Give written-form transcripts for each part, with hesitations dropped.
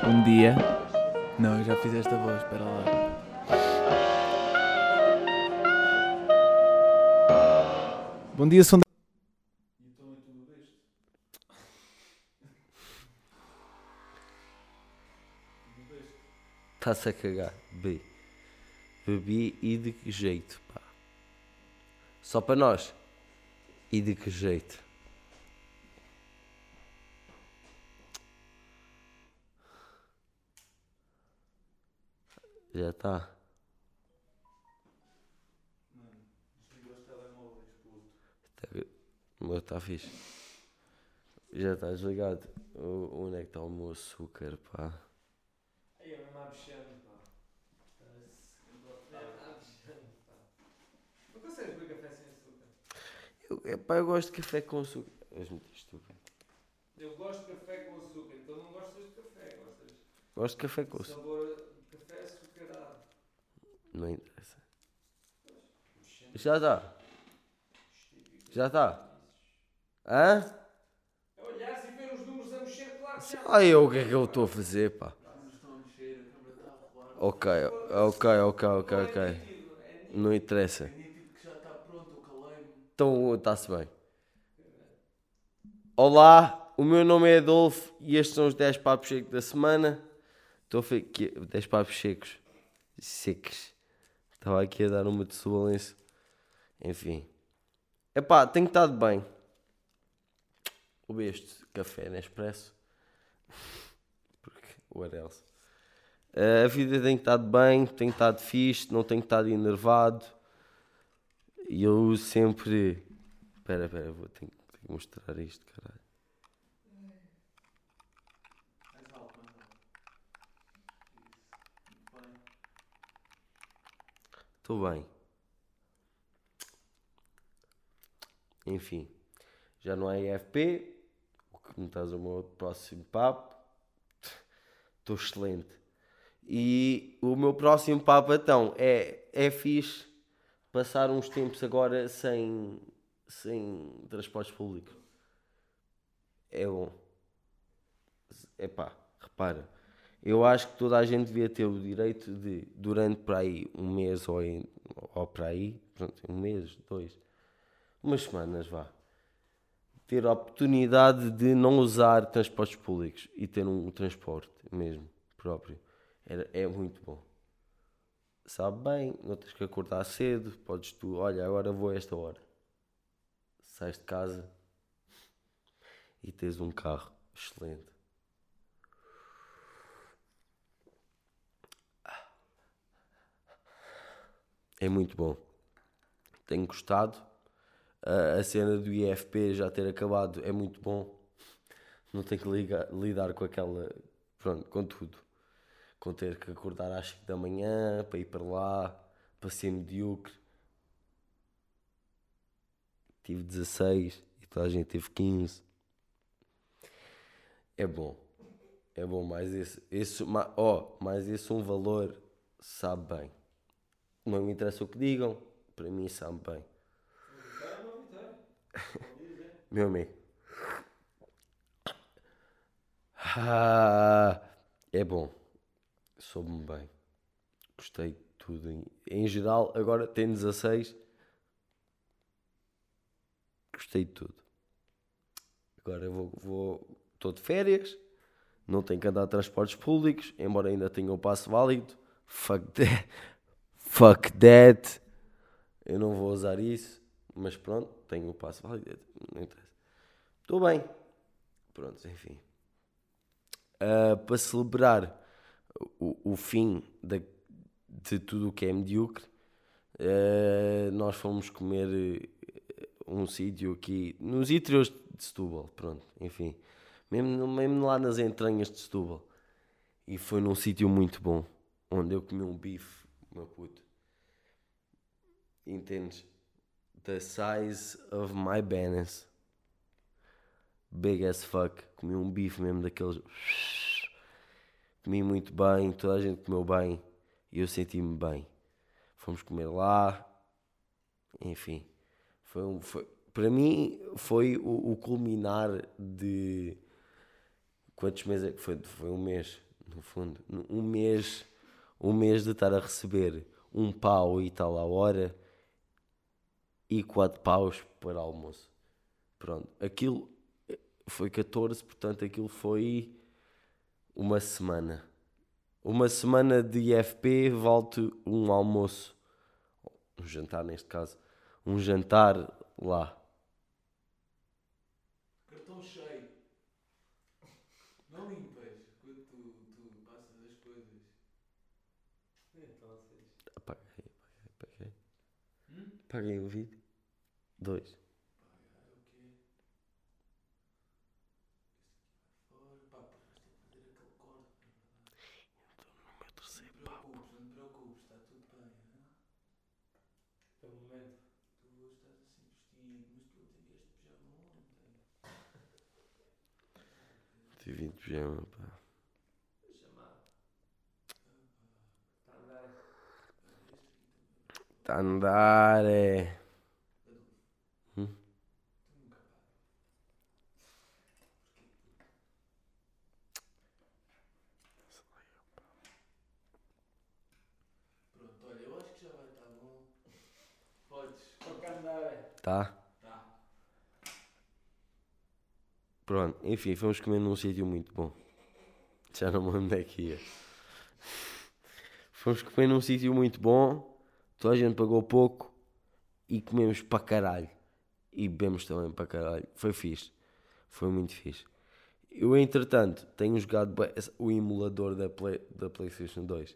Um dia. Não, eu já fiz esta voz, espera lá. Bom dia, som. Está-se a cagar. Bebi e de que jeito, pá. Só para nós. E de que jeito? Já está. O meu está fixe. Já está desligado. Onde é que está o meu açúcar, pá? Aí é mesmo abixando, pá. É abixando, pá. Não consegues beber café sem açúcar? Eu gosto de café com açúcar. És muito estúpido. Eu gosto de café com açúcar, então não gostas de café, gostas Gosto de café com de açúcar. sabor de café açucarado. Não interessa. Já está. Já está. Hã? É olhar e ver os números a mexer, claro que já. Ai, o que é que eu estou a fazer, pá? Estão a mexer, a câmera está a rolar. Ok. É nítido. Não interessa. É nítido que já está pronto, eu calei-me. Então está-se bem. Olá, o meu nome é Adolfo e estes são os 10 papos secos da semana. Estou a ver aqui 10 papos secos. Secos. Estava aqui a dar uma de subalenço. Enfim. Epá, tenho estado bem. O este café Nespresso. Porque, what else? A vida tem estado bem, tem estado fixe, não tenho estado enervado. E eu sempre... Espera, tenho que mostrar isto, caralho. Mais alto. Isso. Bem. Estou bem. Enfim, já não é IFP, o que me estás ao meu próximo papo. Estou excelente. E o meu próximo papo, então, é fixe passar uns tempos agora sem transportes públicos. É bom. Epá, repara, eu acho que toda a gente devia ter o direito de, durante para aí um mês ou para aí, pronto, um mês, 2, umas semanas, vá, ter a oportunidade de não usar transportes públicos e ter um transporte mesmo próprio. É muito bom. Sabe bem, não tens que acordar cedo, podes tu, olha, agora vou a esta hora. Sais de casa e tens um carro excelente. É muito bom. Tenho gostado. A cena do IFP já ter acabado é muito bom. Não tenho que lidar com aquela... Pronto, com tudo. Com ter que acordar às 5 da manhã para ir para lá, para ser medíocre. Tive 16 e toda a gente teve 15. É bom. É bom, mas mas esse um valor sabe bem. Não me interessa o que digam, para mim sabe bem. É uma vitória. Pode dizer. Meu amigo. É bom. Soube-me bem. Gostei de tudo. Em geral, agora tenho 16. Gostei de tudo. Agora eu estou de férias. Não tenho que andar de transportes públicos, embora ainda tenha o passo válido. Fuck that. Fuck that. Eu não vou usar isso. Mas pronto, tenho o passo válido. Não interessa. Estou bem. Pronto, enfim. Para celebrar o fim de tudo o que é medíocre, nós fomos comer um sítio aqui, nos interiores de Setúbal, pronto, enfim. Mesmo lá nas entranhas de Setúbal. E foi num sítio muito bom, onde eu comi um bife, meu puto. Entendes? The size of my penis. Big as fuck. Comi um bife mesmo daqueles... Comi muito bem, toda a gente comeu bem e eu senti-me bem. Fomos comer lá, enfim. Para mim foi o culminar de... Quantos meses é que foi? Foi um mês, no fundo, um mês de estar a receber 1 pau e tal a hora e 4 paus para almoço. Pronto, aquilo foi 14, portanto aquilo foi uma semana. Uma semana de IFP vale-te um almoço, um jantar neste caso, um jantar lá. Cartão cheio. Não limpas quando tu passas as coisas. Então, Apaguei. Hum? Apaguei o vídeo. 2. É o quê? Fora. Pá, pois vais ter que fazer aquele corte, não é verdade? No meu terceiro Não papo. te preocupes, está tudo bem. Hein? Pelo momento. Tu hoje estás assim vestido, mas tu ontem vieste de pijama ontem. Tive vindo de pijama, pá. Chamado. Está a andar. Está a andar, é. Tu nunca paras. Pronto, olha, eu acho que já vai estar bom. Podes. Pode andar. Tá? Tá. Pronto, enfim, fomos comer num sítio muito bom. Já não me lembro onde é que ia. Fomos comer num sítio muito bom, toda a gente pagou pouco e comemos para caralho. E bebemos também para caralho. Foi fixe. Foi muito fixe. Eu, entretanto, tenho jogado o emulador da PlayStation 2.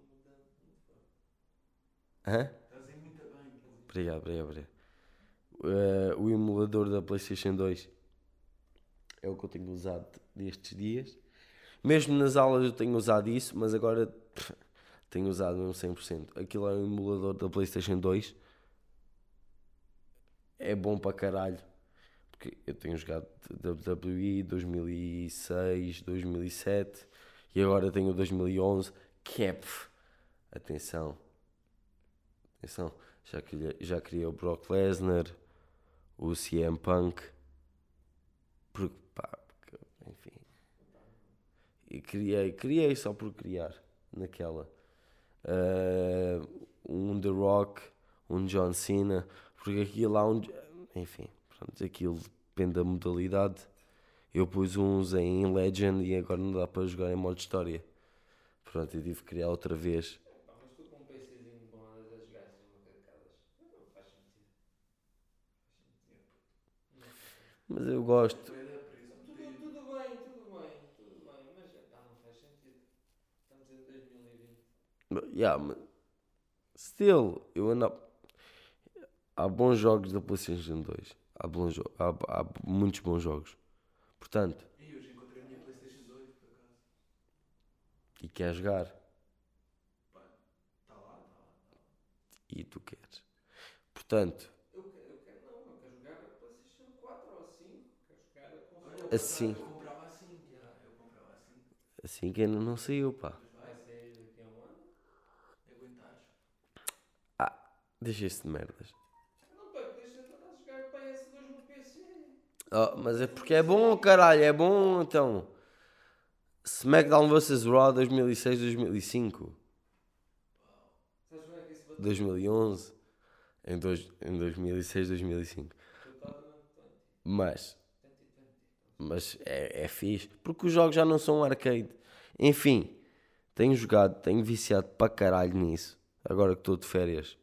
Hã? Estás aí muito bem. Obrigado. O emulador da PlayStation 2 é o que eu tenho usado nestes dias. Mesmo nas aulas eu tenho usado isso, mas agora tenho usado mesmo 100%. Aquilo é um emulador da PlayStation 2. É bom para caralho. Porque eu tenho jogado WWE 2006, 2007 e agora tenho o 2011. Que é... Atenção. Já criei o Brock Lesnar, o CM Punk. Enfim. E criei só por criar. Naquela. Um The Rock, um John Cena. Porque aquilo há enfim, pronto, aquilo depende da modalidade. Eu pus uns em Legend e agora não dá para jogar em modo história. Pronto, eu tive que criar outra vez. Pá, mas tu com um PCzinho bom andas a jogar assim uma cacadas. Não faz sentido. Mas eu gosto. Tudo bem, mas não faz sentido. Estamos em 2020. Yeah, mas still, eu ando. Há bons jogos da PlayStation 2. Há muitos bons jogos. Portanto, E hoje encontrei a minha PlayStation 2, por acaso. e quer jogar. Está lá. E tu queres. Portanto, Eu quero jogar a PlayStation 4 ou 5. Quero jogar a console. assim. Eu comprava assim, Assim que ainda não saiu, pá. Vai sair daqui a um ano. Aguentares. Deixa isso de merdas. Não, pá, deixa eu tentar jogar PS2 no PC. Oh, mas é porque é bom, caralho. É bom, então. SmackDown vs Raw 2006-2005. Sabes bem que isso bateu? 2011. Em 2006-2005. 2020. Mas é fixe. Porque os jogos já não são arcade. Enfim, tenho viciado para caralho nisso. Agora que estou de férias,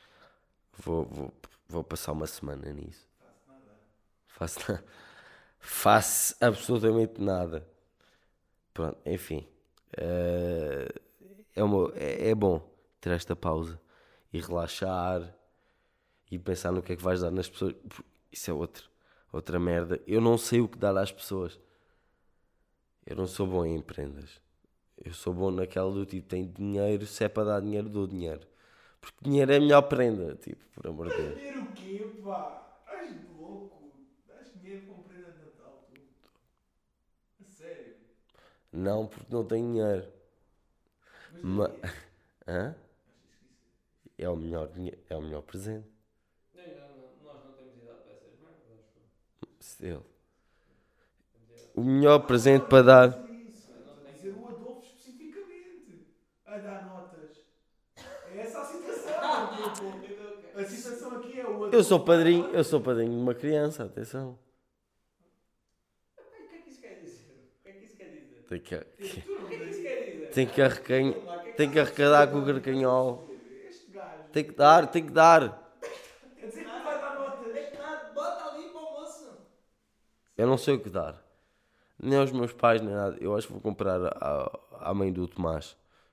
vou passar uma semana nisso. Faço absolutamente nada. Pronto, enfim. É bom ter esta pausa e relaxar e pensar no que é que vais dar nas pessoas. Isso é outra merda. Eu não sei o que dar às pessoas. Eu não sou bom em prendas. Eu sou bom naquela do tipo, tem dinheiro, se é para dar dinheiro, dou dinheiro. Porque dinheiro é a melhor prenda, tipo, por amor de Deus. Dinheiro o quê, pá? Estás louco? Dás dinheiro com prenda de Natal, tu? A sério? Não, porque não tenho dinheiro. Mas Hã? achas que isso É o melhor presente. Nós não temos idade para essas merdas, acho eu. Still. O melhor presente para dar. Dizer o Adolfo especialmente Eu sou padrinho de uma criança, atenção. O que é que isso quer dizer? O que é que isso quer dizer? Tem que, O que é que isso quer dizer? tem que arrecadar com o carcanhol. Este gajo. Tem que dar. Quer dizer que vai dar notas. É que nada, bota ali para o moço. Eu não sei o que dar. Nem aos meus pais, nem nada. Eu acho que vou comprar à mãe do Tomás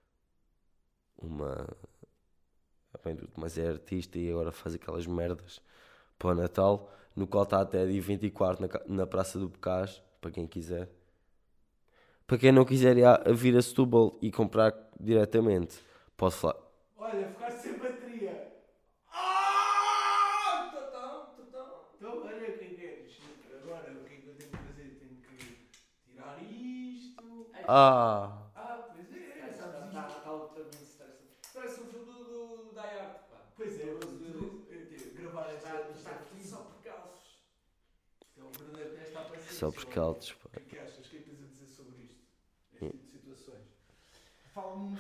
uma. A mãe do Tomás é artista e agora faz aquelas merdas para o Natal, no qual está até dia 24 na Praça do Bocage, para quem quiser. Para quem não quiser vir a Setúbal e comprar diretamente, posso falar. Olha, ficaste sem bateria. Então, olha o que é que queres. Agora, o que é que eu tenho que fazer? Tenho que tirar isto. Pois é. Está outra vez estressa. Parece um filme do Die Hard, pá. Pois é, gravar isto é só por calços. Isto é um verdadeiro teste à paciência. Só por calços, pá. O que é que achas? O que é que tens a dizer sobre isto? Este tipo de situações? Fala-me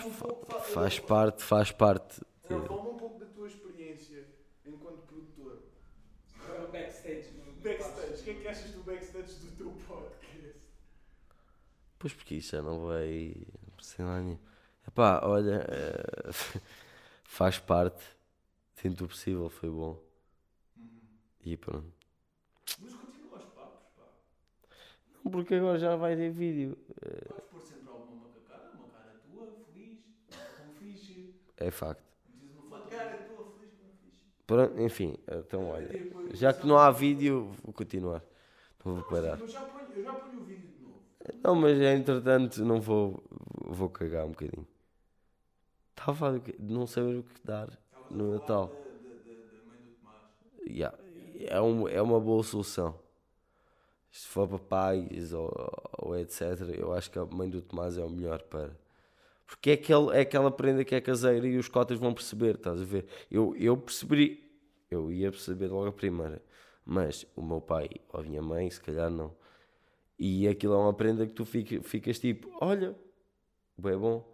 Faz parte. Fala-me um pouco da tua experiência enquanto produtor. Agora o backstage. Backstage. O que é que achas do backstage do teu podcast? Pois porque isso já não vai. Sei lá, epá, olha, faz parte. Dentro do possível, foi bom. E pronto. Mas continua aos papos, pá. Não, porque agora já vai ter vídeo. Podes pôr sempre alguma macacada, uma cara tua, feliz, com fixe. É facto. Diz uma cara tua, feliz, com fixe. Pronto, enfim, então olha. Já que não há vídeo, vou continuar. Não vou parar. Eu já ponho o vídeo de novo. Não, mas entretanto não vou cagar um bocadinho. Estava a falar de não saber o que dar no Natal. Da mãe do Tomás. Yeah, é uma boa solução. Se for para pais ou etc, eu acho que a mãe do Tomás é o melhor para. Porque é aquela prenda que é caseira e os cotas vão perceber, estás a ver? Eu percebi, eu ia perceber logo a primeira, mas o meu pai ou a minha mãe, se calhar não. E aquilo é uma prenda que tu ficas tipo, olha, é bom.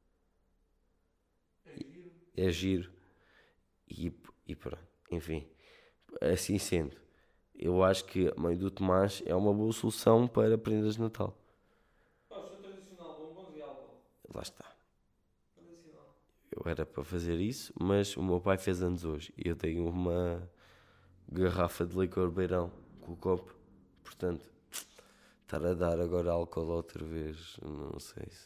É giro. E pronto, enfim. Assim sendo, eu acho que a mãe do Tomás é uma boa solução para prendas de Natal. Pá, o show tradicional, bombons e álcool. Lá está. Tradicional. Eu era para fazer isso, mas o meu pai fez anos hoje. E eu tenho uma garrafa de licor beirão com o copo. Portanto, estar a dar agora álcool outra vez, não sei se...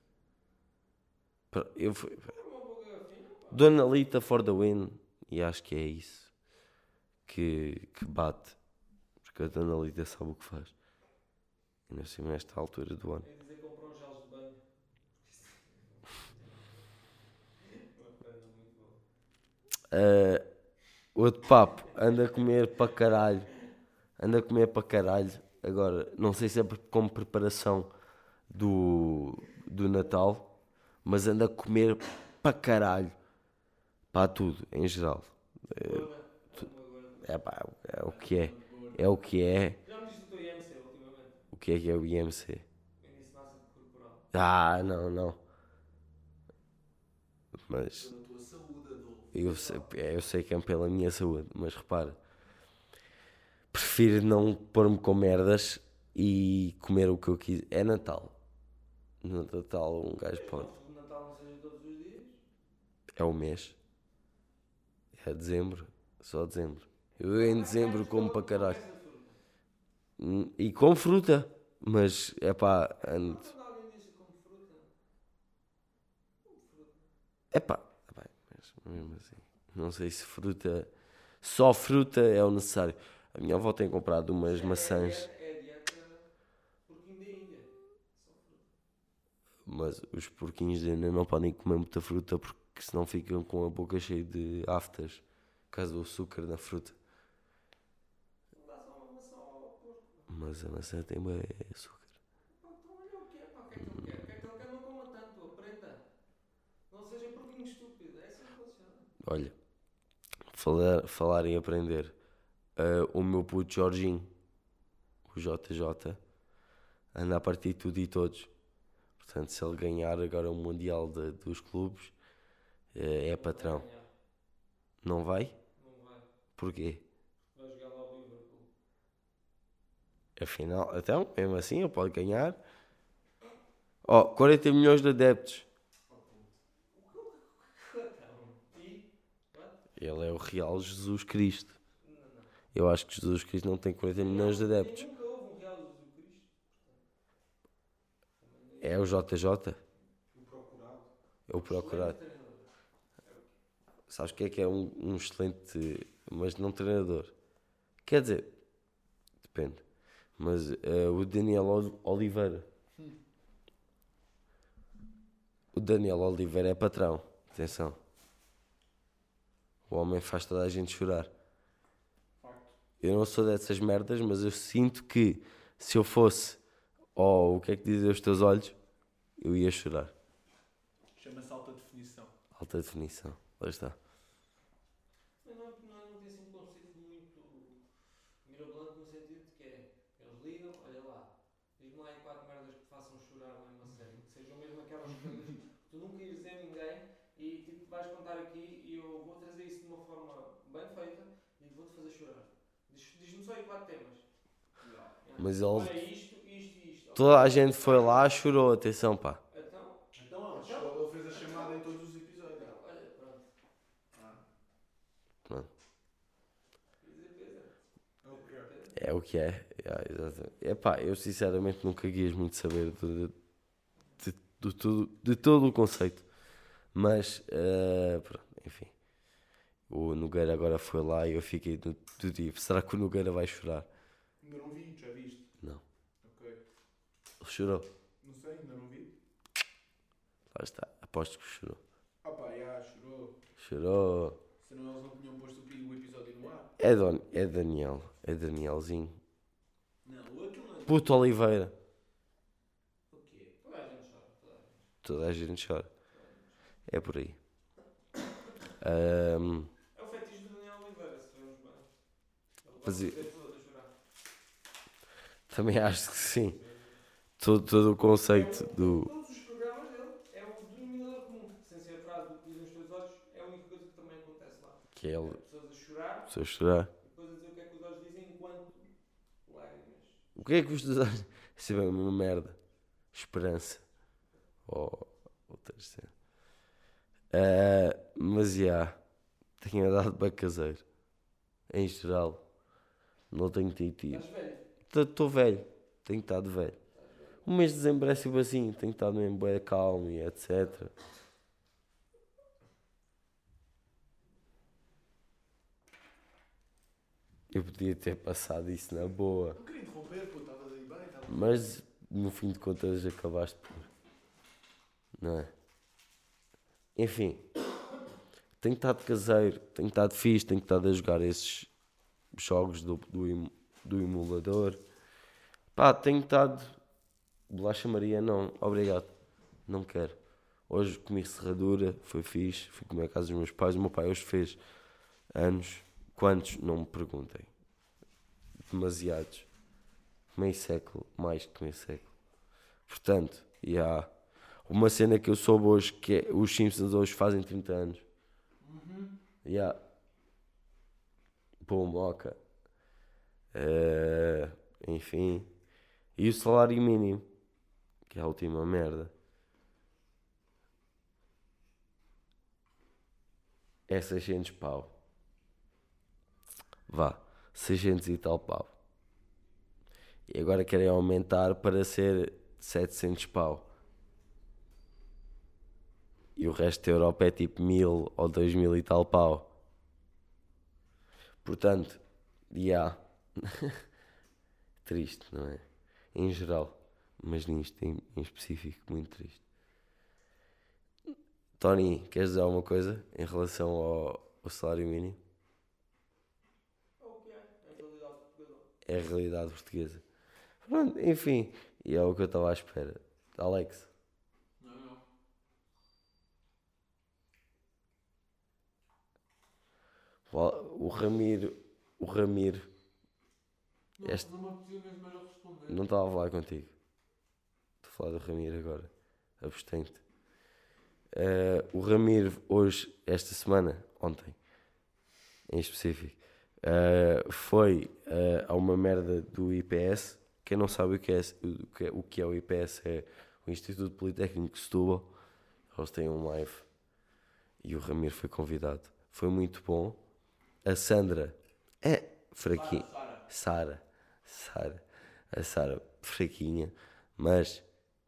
Eu fui... Uma boa garrafinha, pá. Dona Lita for the win. E acho que é isso que bate. Porque a Dona Lita sabe o que faz. E não sei nesta altura do ano. É dizer que comprou uns gelos de banho. Uma prenda muito boa. Outro papo, anda a comer para caralho. Agora, não sei se é como preparação do Natal, mas anda a comer para caralho. Para tudo, em geral. É o que é. É o que é. Já me disse do teu IMC ultimamente? O que é o IMC? Índice de massa corporal. Não. Mas Pela tua saúde, Adolfo. eu sei que é pela minha saúde, mas repara, prefiro não pôr-me com merdas e comer o que eu quiser. É Natal. No Natal um gajo pode. O Natal não seja todos os dias. É o mês. É dezembro. Só dezembro. Eu em dezembro como para caralho. E com fruta. Mas é pá, ando. Quando alguém diz que come fruta. É pá, mas mesmo assim. Não sei se fruta. Só fruta é o necessário. A minha avó tem comprado umas maçãs. É a dieta porquinho da Índia. Só fruta. Mas os porquinhos ainda não podem comer muita fruta porque senão ficam com a boca cheia de aftas. Por causa do açúcar na fruta. Dá só uma maçã ao porco. Mas a maçã tem bem açúcar. Pá, então olha o que é, pá. O que é que ele quer? O que é que ele quer? Não coma tanto. Aprenda. Não seja porquinho estúpido. É assim que funciona. Olha, falar em aprender. O meu puto Jorginho, o JJ, anda a partir de tudo e todos. Portanto, se ele ganhar agora o Mundial dos clubes, é patrão. Vai ganhar. Não vai? Não vai. Porquê? Vai jogar lá ao Liverpool. Afinal, então, mesmo assim, ele pode ganhar. 40 milhões de adeptos. Então, e? Ele é o real Jesus Cristo. Não. Eu acho que Jesus Cristo não tem 40 milhões de adeptos. E nunca houve um Real Jesus Cristo. É o JJ? O procurado. É o procurado. Excelente treinador. Sabes o que é um excelente, mas não treinador? Quer dizer, depende. Mas o Daniel Oliveira. O Daniel Oliveira é patrão. Atenção. O homem faz toda a gente chorar. Facto. Eu não sou dessas merdas, mas eu sinto que se eu fosse, o que é que dizem os teus olhos, eu ia chorar. Chama-se alta definição. Alta definição. Lá está. Mas não tem assim um conceito muito mirabolante no sentido de que é, eles ligam, olha lá, diz-me lá aí 4 merdas que te façam chorar mesmo a sério, que sejam mesmo aquelas coisas que tu nunca ires dizer a ninguém e tipo vais contar aqui e eu vou trazer isso de uma forma bem feita e vou-te fazer chorar. Diz-me só aí 4 temas. Mas Olha ele, isto e isto. toda a gente foi lá, chorou, atenção pá. Então ele fez a chamada em todos os episódios. Olha, pronto. Pronto. É o que é. É o que é. Epá, eu sinceramente nunca quis muito saber de todo o conceito. Mas, pronto, enfim. O Nogueira agora foi lá e eu fiquei do tipo, será que o Nogueira vai chorar? Ainda não vi, já viste? Não. Ok. Ele chorou. Não sei, ainda não vi. Lá está, aposto que chorou. Ah pá, já, chorou. Chorou. Senão eles não tinham posto o episódio no ar. É Daniel. É Danielzinho. Não, aquilo não é. Puto Oliveira. O quê? Toda a gente chora, toda a gente. Toda a gente chora. É por aí. É o fetiche do Daniel Oliveira, se vemos bem. Ele Mas gosta de ver todos a chorar. Também acho que sim. Todo o conceito do... Todos os programas dele é o do denominador comum. Sem ser a frase do que dizem os teus olhos, é a única coisa que também acontece lá. Que é ele... Pessoas a chorar Se eu chorar... e depois a dizer o que é que os olhos dizem enquanto lágrimas. O que é que os teus olhos... Isso é uma merda. Esperança. Ou outra cena. Mas já... Tenho andado bem caseiro. Em geral. Não tenho tido tido. Estás velho? Estou velho. Tenho estado velho. O mês de dezembro é sempre assim. Tenho estado mesmo bem calmo e etc. Eu podia ter passado isso na boa. Não queria interromper, pô, estavas aí bem, estavas. Mas no fim de contas acabaste por. Não é? Enfim. Tenho estado caseiro. Tenho estado fixe. Tenho estado a jogar esses jogos do emulador. Pá, tenho estado. Bolacha Maria, não. Obrigado. Não quero. Hoje comi serradura. Foi fixe. Fui comer à casa dos meus pais. O meu pai hoje fez anos. Quantos? Não me perguntem. Demasiados. Meio século. Mais que meio século. Portanto, há uma cena que eu soube hoje, que é os Simpsons hoje fazem 30 anos. Pô, moca. Enfim. E o salário mínimo, que é a última merda. É 600 pau. Vá, 600 e tal pau. E agora querem aumentar para ser 700 pau. E o resto da Europa é tipo 1000 ou 2000 e tal pau. Portanto, triste, não é? Em geral. Mas nisto em específico, muito triste. Tony, queres dizer alguma coisa em relação ao salário mínimo? É o que é, é a realidade portuguesa. É a realidade portuguesa. Pronto, enfim, e é o que eu estava à espera. Alex, Não. o Ramiro, Não, Este- não me apetecia mesmo era responder. não estava a falar contigo. Estou a falar do Ramiro agora. Abstente. O Ramiro hoje, esta semana, ontem, em específico, foi a uma merda do IPS. Quem não sabe o que é o IPS é o Instituto Politécnico de Setúbal. Eles têm um live e o Ramiro foi convidado. Foi muito bom. A Sandra é fraquinha. Sara. A Sara, fraquinha. Mas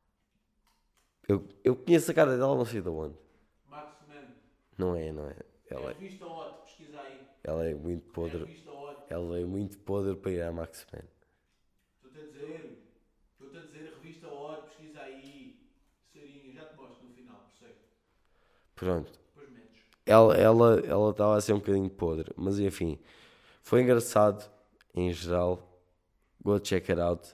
eu conheço a cara dela, não sei de onde. Max Man. Não é. É revista Hot, pesquisa aí. Ela é muito É podre. revista Hot. Ela é muito podre para ir à Max Man. Estou-te a dizer revista Hot, pesquisa aí. Serinha, já te mostro no final, percebe? Pronto. Depois metes. Ela estava a ser um bocadinho podre. Mas enfim, foi engraçado em geral. Go check it out.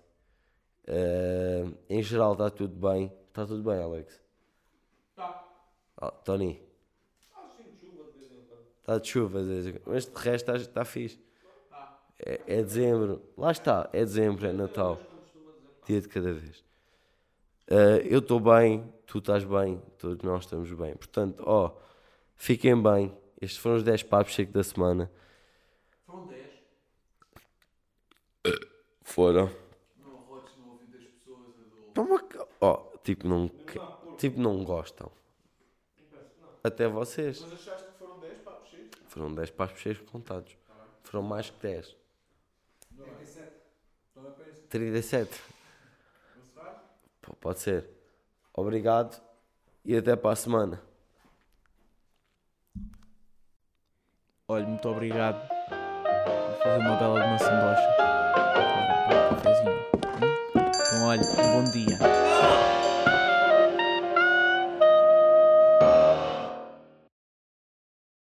Em geral está tudo bem. Está tudo bem, Alex? Tá. Tony? Sim, de chuva de vez em quando. Está de chuva, mas de resto está fixe. Tá. É dezembro. Lá está, é dezembro, é Natal. Dia de cada vez. Eu estou bem, tu estás bem, todos nós estamos bem. Portanto, fiquem bem. Estes foram os 10 papos secos da semana. Foram 10. Foram. Não arrotes no ouvido das pessoas, adulto. Tipo, não gostam. Até vocês. Mas achaste que foram 10 papos cheios? Foram 10 papos secos contados. Foram mais que 10. 37. Então apenas 37. não se faz? Pode ser. Obrigado e até para a semana. Olha, muito obrigado. Vou fazer uma bela de uma sandocha. Agora, para o cafezinho. Então, olha, um bom dia.